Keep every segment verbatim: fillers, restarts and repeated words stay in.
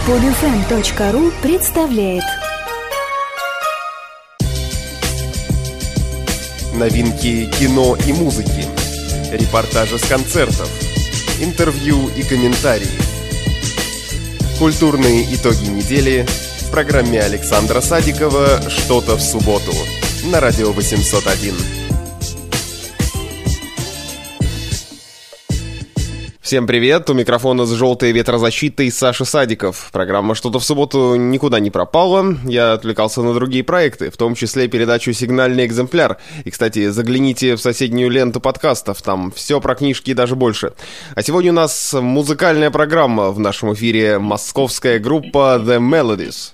Подфм точка ру представляет новинки кино и музыки, репортажи с концертов, интервью и комментарии. Культурные итоги недели в программе Александра Садикова «Что-то в субботу» на радио восемьсот один. Всем привет, у микрофона с желтой ветрозащитой Саша Садиков. Программа «Что-то в субботу» никуда не пропала, я отвлекался на другие проекты, в том числе передачу «Сигнальный экземпляр». И, кстати, загляните в соседнюю ленту подкастов, там все про книжки и даже больше. А сегодня у нас музыкальная программа, в нашем эфире московская группа The Melodies.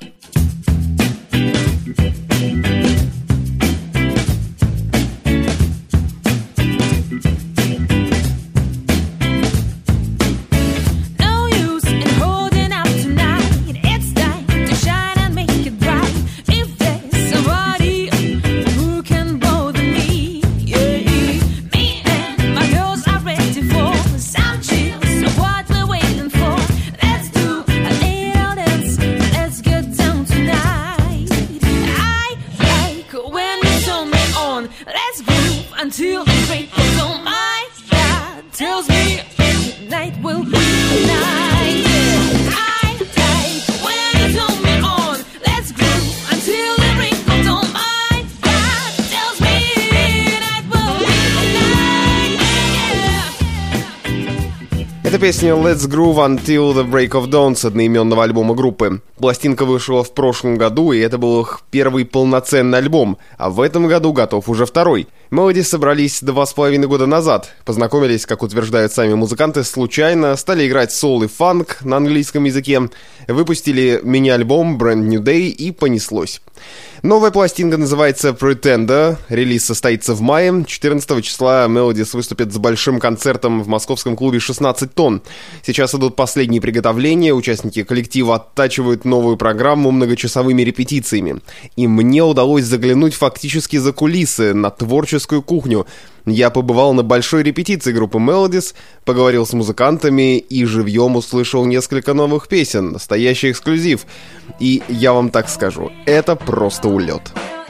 Это песня «Let's Groove Until the Break of Dawn» с одноименного альбома группы. Пластинка вышла в прошлом году, и это был их первый полноценный альбом, а в этом году готов уже второй. Melodies собрались два с половиной года назад, познакомились, как утверждают сами музыканты, случайно, стали играть соул и фанк на английском языке, выпустили мини-альбом «Brand New Day» и понеслось. Новая пластинка называется Pretender, релиз состоится в мае. четырнадцатого числа Melodies выступит с большим концертом в московском клубе шестнадцать тонн. Сейчас идут последние приготовления, участники коллектива оттачивают новую программу многочасовыми репетициями. И мне удалось заглянуть фактически за кулисы, на творческую кухню. Я побывал на большой репетиции группы Melodies, поговорил с музыкантами и живьем услышал несколько новых песен, настоящий эксклюзив. И я вам так скажу, это просто улет.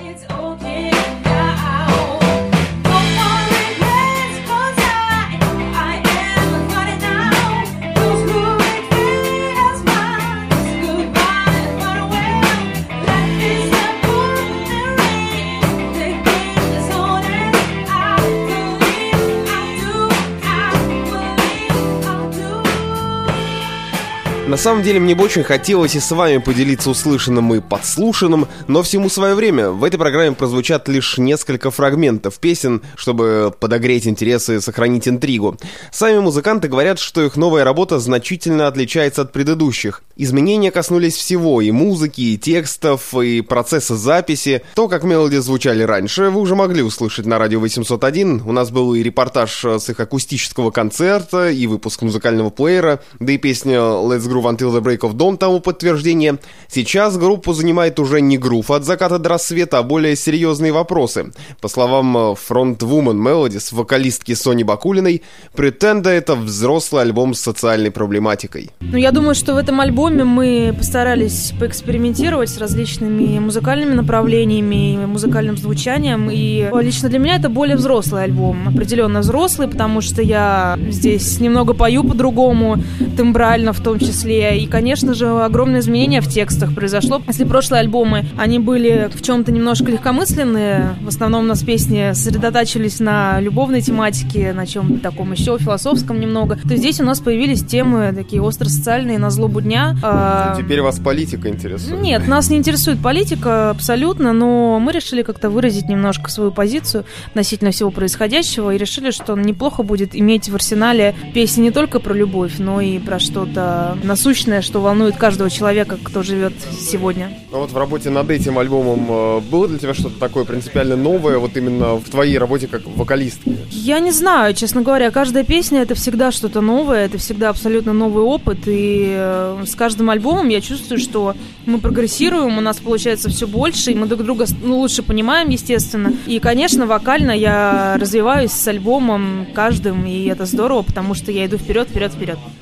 На самом деле мне бы очень хотелось и с вами поделиться услышанным и подслушанным, но всему свое время. В этой программе прозвучат лишь несколько фрагментов песен, чтобы подогреть интересы и сохранить интригу. Сами музыканты говорят, что их новая работа значительно отличается от предыдущих. Изменения коснулись всего, и музыки, и текстов, и процесса записи. То, как мелодии звучали раньше, вы уже могли услышать на радио восемьсот один. У нас был и репортаж с их акустического концерта, и выпуск музыкального плеера, да и песня «Let's Groove Until the Break of Dawn» тому подтверждение. Сейчас группу занимает уже не грув от заката до рассвета, а более серьезные вопросы. По словам фронтвумен Melodies, вокалистки Сони Бакулиной, Pretender — это взрослый альбом с социальной проблематикой. Ну, я думаю, что в этом альбоме мы постарались поэкспериментировать с различными музыкальными направлениями и музыкальным звучанием, и лично для меня это более взрослый альбом, определенно взрослый, потому что я здесь немного пою по-другому, тембрально в том числе, и, конечно же, огромное изменение в текстах произошло. Если прошлые альбомы, они были в чем-то немножко легкомысленные, в основном у нас песни сосредотачивались на любовной тематике, на чем-то таком еще философском немного, то здесь у нас появились темы такие остро-социальные, на злобу дня. Теперь вас политика интересует? Нет, нас не интересует политика абсолютно, но мы решили как-то выразить немножко свою позицию относительно всего происходящего и решили, что неплохо будет иметь в арсенале песни не только про любовь, но и про что-то насущное, что волнует каждого человека, кто живет сегодня. А вот в работе над этим альбомом было для тебя что-то такое принципиально новое, вот именно в твоей работе как вокалистки? Я не знаю, честно говоря, каждая песня — это всегда что-то новое, это всегда абсолютно новый опыт, и с каждым альбомом я чувствую, что мы прогрессируем, у нас получается все больше, и мы друг друга ну, лучше понимаем, естественно. И, конечно, вокально я развиваюсь с альбомом каждым, и это здорово, потому что я иду вперед, вперед, вперед.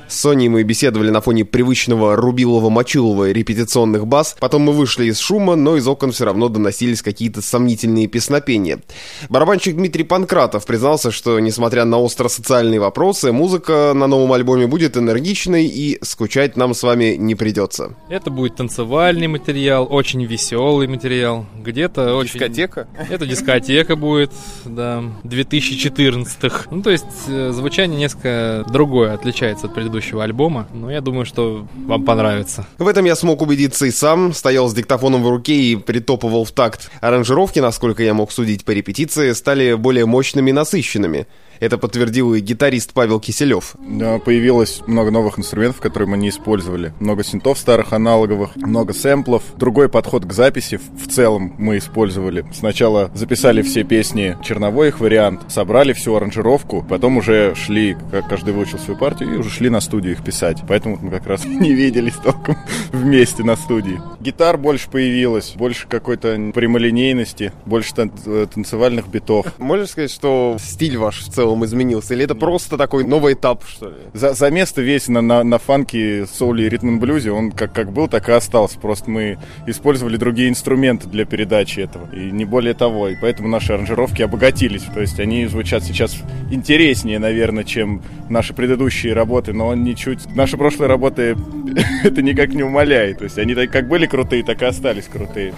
С Соней мы беседовали на фоне привычного рубилово-мочилова репетиционных баз. Потом мы вышли из шума, но из окон все равно доносились какие-то сомнительные песнопения. Барабанщик Дмитрий Панкратов признался, что, несмотря на остро-социальные вопросы, музыка на новом альбоме будет энергичной и скучать нам с вами не придется. Это будет танцевальный материал, очень веселый материал. Где-то очень... Дискотека? Это дискотека будет, да, две тысячи четырнадцатых. Ну, то есть, звучание несколько другое, отличается от предыдущего альбома. Но я думаю, что вам понравится. В этом я смог убедиться и сам. Стоял с диктофоном в руке и притопывал в такт. Аранжировки, насколько я мог судить по репетиции, стали более мощными и насыщенными. Это подтвердил и гитарист Павел Киселев. Появилось много новых инструментов, которые мы не использовали. Много синтов старых аналоговых, много сэмплов. Другой подход к записи в целом мы использовали. Сначала записали все песни, черновой их вариант, собрали всю аранжировку, потом уже шли, как каждый выучил свою партию, и уже шли на студию их писать. Поэтому мы как раз не виделись толком вместе на студии. Гитар больше появилось, больше какой-то прямолинейности, больше тан- танцевальных битов. Можешь сказать, что стиль ваш в целом изменился? Или это просто такой новый этап, что ли? За, за место весь на, на, на фанке, соуле и ритм-н-блюзе, он как, как был, так и остался. Просто мы использовали другие инструменты для передачи этого. И не более того. И поэтому наши аранжировки обогатились. То есть они звучат сейчас интереснее, наверное, чем наши предыдущие работы. Но ничуть... Наши прошлые работы это никак не умаляет. То есть они так как были крутые, так и остались крутые.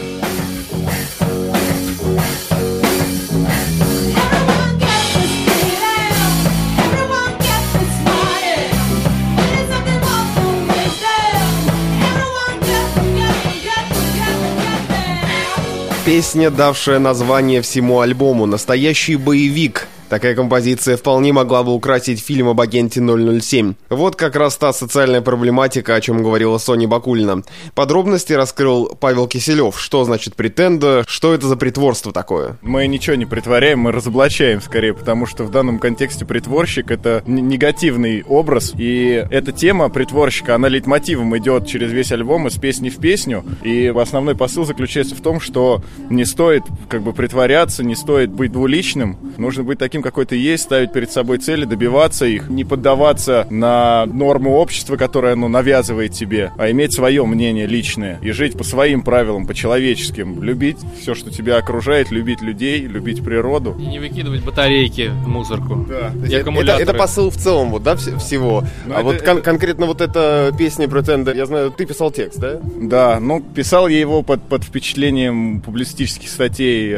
Песня, давшая название всему альбому, настоящий боевик. Такая композиция вполне могла бы украсить фильм об агенте ноль ноль семь. Вот как раз та социальная проблематика, о чем говорила Соня Бакулина. Подробности раскрыл Павел Киселев. Что значит претенда, что это за притворство такое? Мы ничего не притворяем, мы разоблачаем скорее, потому что в данном контексте притворщик — это негативный образ, и эта тема притворщика, она лейтмотивом идет через весь альбом из песни в песню, и основной посыл заключается в том, что не стоит как бы притворяться, не стоит быть двуличным, нужно быть таким, какой ты есть, ставить перед собой цели, добиваться их, не поддаваться на норму общества, которое оно навязывает тебе, а иметь свое мнение личное и жить по своим правилам, по человеческим, любить все, что тебя окружает, любить людей, любить природу. И не выкидывать батарейки в мусорку. Да. И это, это, это посыл в целом, вот, да, всего. Ну, а это, вот это... кон- конкретно вот эта песня «Претенда», я знаю, ты писал текст, да? Да, ну, писал я его под, под впечатлением публицистических статей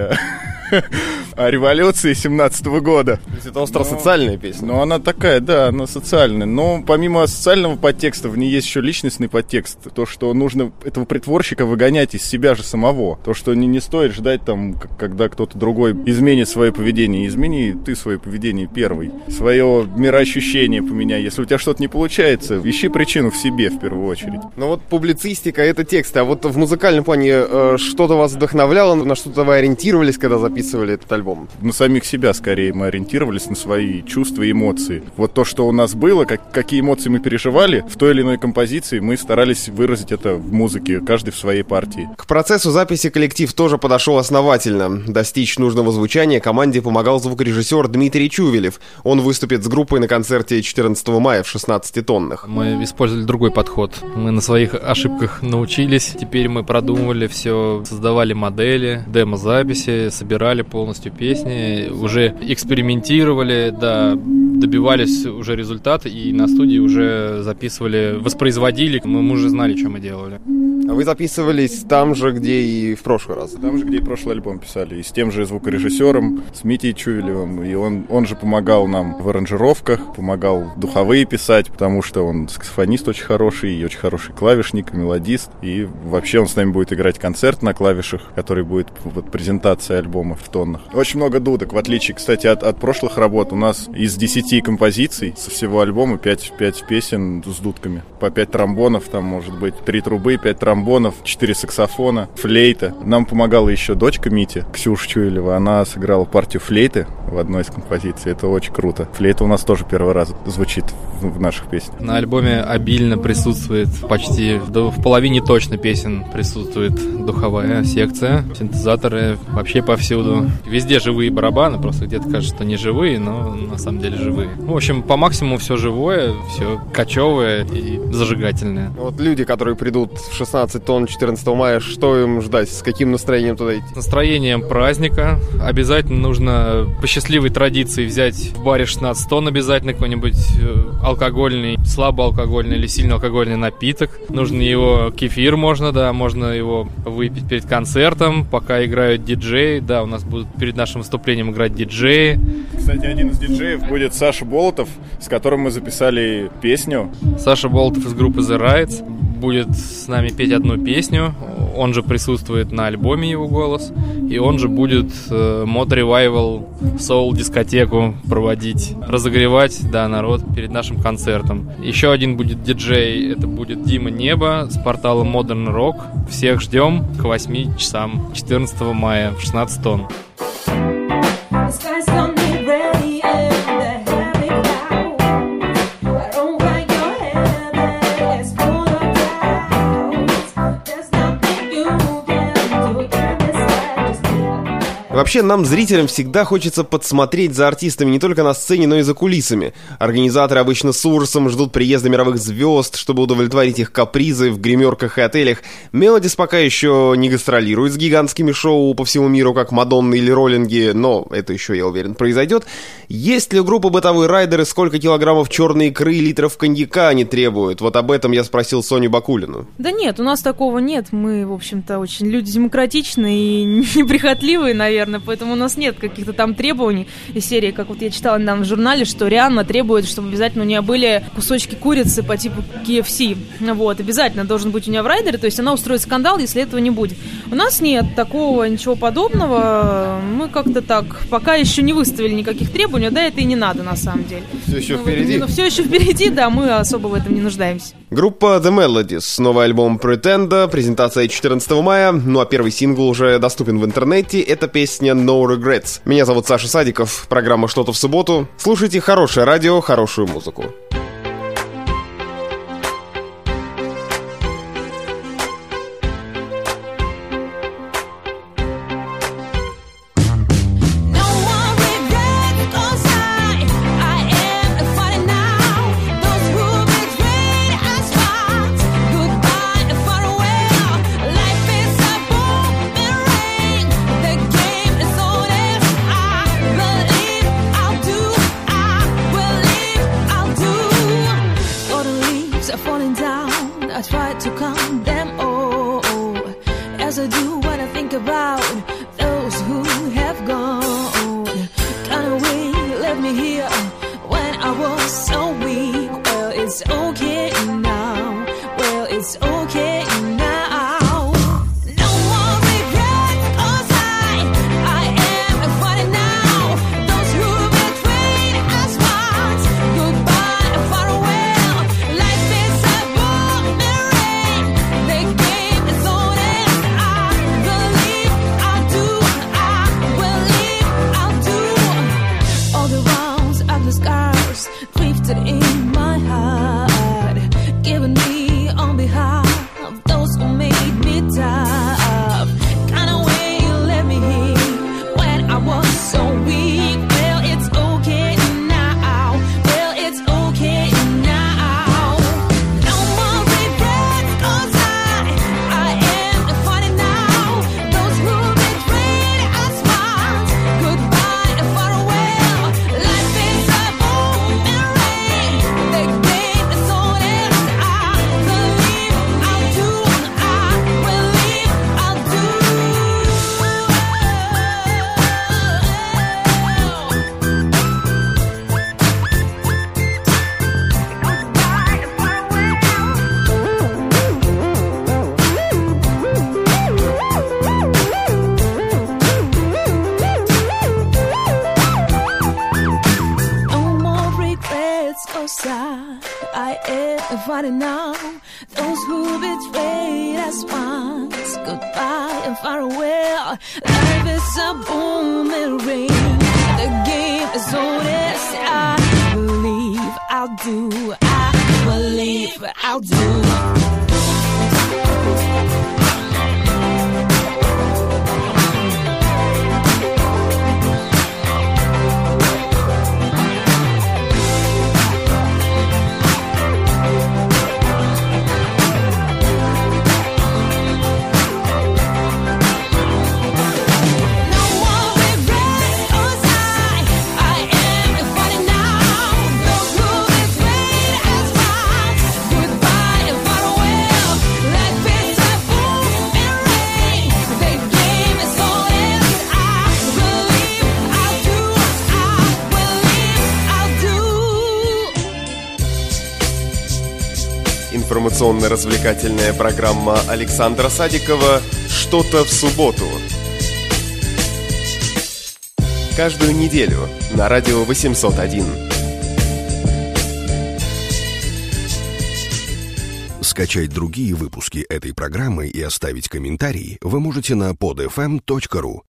о революции семнадцатого года. То есть это остро-социальная песня. Ну, она такая, да, она социальная. Но помимо социального подтекста, в ней есть еще личностный подтекст. То, что нужно этого притворщика выгонять из себя же самого. То, что не, не стоит ждать, там, когда кто-то другой изменит свое поведение. Измени ты свое поведение первый. Свое мироощущение поменяй. Если у тебя что-то не получается, ищи причину в себе в первую очередь. Ну вот публицистика — это тексты. А вот в музыкальном плане э, что-то вас вдохновляло, на что-то вы ориентировались, когда записывали этот альбом? На самих себя, скорее, мы ориентировались, на свои чувства и эмоции. Вот то, что у нас было, как, какие эмоции мы переживали в той или иной композиции, мы старались выразить это в музыке, каждый в своей партии. К процессу записи коллектив тоже подошел основательно. Достичь нужного звучания команде помогал звукорежиссер Дмитрий Чувелев. Он выступит с группой на концерте четырнадцатого мая в шестнадцати тоннах. Мы использовали другой подход. Мы на своих ошибках научились. Теперь мы продумывали все, создавали модели, демо-записи, собирали полностью песни, уже экспериментировали, да, добивались уже результата и на студии уже записывали, воспроизводили. Мы, мы уже знали, что мы делали. А вы записывались там же, где и в прошлый раз? Там же, где и прошлый альбом писали. И с тем же звукорежиссером, с Митей Чувелевым. И он, он же помогал нам в аранжировках, помогал духовые писать, потому что он саксофонист очень хороший, и очень хороший клавишник, и мелодист. И вообще он с нами будет играть концерт на клавишах, который будет вот, презентация альбома в тоннах. Очень много дудок, в отличие, кстати, от, от прошлых работ. У нас из десяти композиций со всего альбома пять, пять песен с дудками. По пять тромбонов, там может быть три трубы, пять тромбонов. тромбонов, четыре саксофона, флейта. Нам помогала еще дочка Мити, Ксюша Чуелева. Она сыграла партию флейты в одной из композиций. Это очень круто. Флейта у нас тоже первый раз звучит в, в наших песнях. На альбоме обильно присутствует, почти в, в половине точно песен присутствует духовая секция, синтезаторы вообще повсюду. Везде живые барабаны, просто где-то кажется, что не живые, но на самом деле живые. В общем, по максимуму все живое, все кочевое и зажигательное. Вот люди, которые придут в шестнадцать тонн четырнадцатого мая, что им ждать? С каким настроением туда идти? С настроением праздника. Обязательно нужно по счастливой традиции взять в баре шестнадцать тонн обязательно какой-нибудь алкогольный, слабоалкогольный или сильно алкогольный напиток. Нужно его, кефир можно, да, можно его выпить перед концертом, пока играют диджеи. Да, у нас будут перед нашим выступлением играть диджеи. Кстати, один из диджеев будет Саша Болотов, с которым мы записали песню. Саша Болотов из группы The Rights будет с нами петь одну песню. Он же присутствует на альбоме, его голос. И он же будет э, Mod Revival соул-дискотеку проводить, разогревать, да, народ перед нашим концертом. Еще один будет диджей, это будет Дима Небо с портала Modern Rock. Всех ждем к восьми часам четырнадцатого мая в шестнадцать тонн. Вообще, нам, зрителям, всегда хочется подсмотреть за артистами не только на сцене, но и за кулисами. Организаторы обычно с ужасом ждут приезда мировых звезд, чтобы удовлетворить их капризы в гримерках и отелях. Мелодис пока еще не гастролирует с гигантскими шоу по всему миру, как Мадонна или роллинги, но это еще, я уверен, произойдет. Есть ли у группы «Бытовые райдеры» сколько килограммов черной икры и литров коньяка они требуют? Вот об этом я спросил Соню Бакулину. Да нет, у нас такого нет. Мы, в общем-то, очень люди демократичные и неприхотливые, наверное. Поэтому у нас нет каких-то там требований из серии, как вот я читала недавно в журнале, что Рианна требует, чтобы обязательно у нее были кусочки курицы по типу кей эф си. Вот, обязательно должен быть у нее в райдере, то есть она устроит скандал, если этого не будет. У нас нет такого, ничего подобного. Мы как-то так пока еще не выставили никаких требований, да, это и не надо на самом деле. Все еще ну, впереди? Ну, все еще впереди, да, мы особо в этом не нуждаемся. Группа The Melodies, новый альбом Pretenda, презентация четырнадцатого мая, ну а первый сингл уже доступен в интернете, это песня No Regrets. Меня зовут Саша Садиков, программа «Что-то в субботу». Слушайте хорошее радио, хорошую музыку. I am fighting now. those who betrayed us once, goodbye and farewell. Life is a boomerang, the game is on us. I believe I'll do, I believe I'll do. Информационно-развлекательная программа Александра Садикова «Что-то в субботу». Каждую неделю на радио восемьсот один. Скачать другие выпуски этой программы и оставить комментарии вы можете на под эф эм точка ру.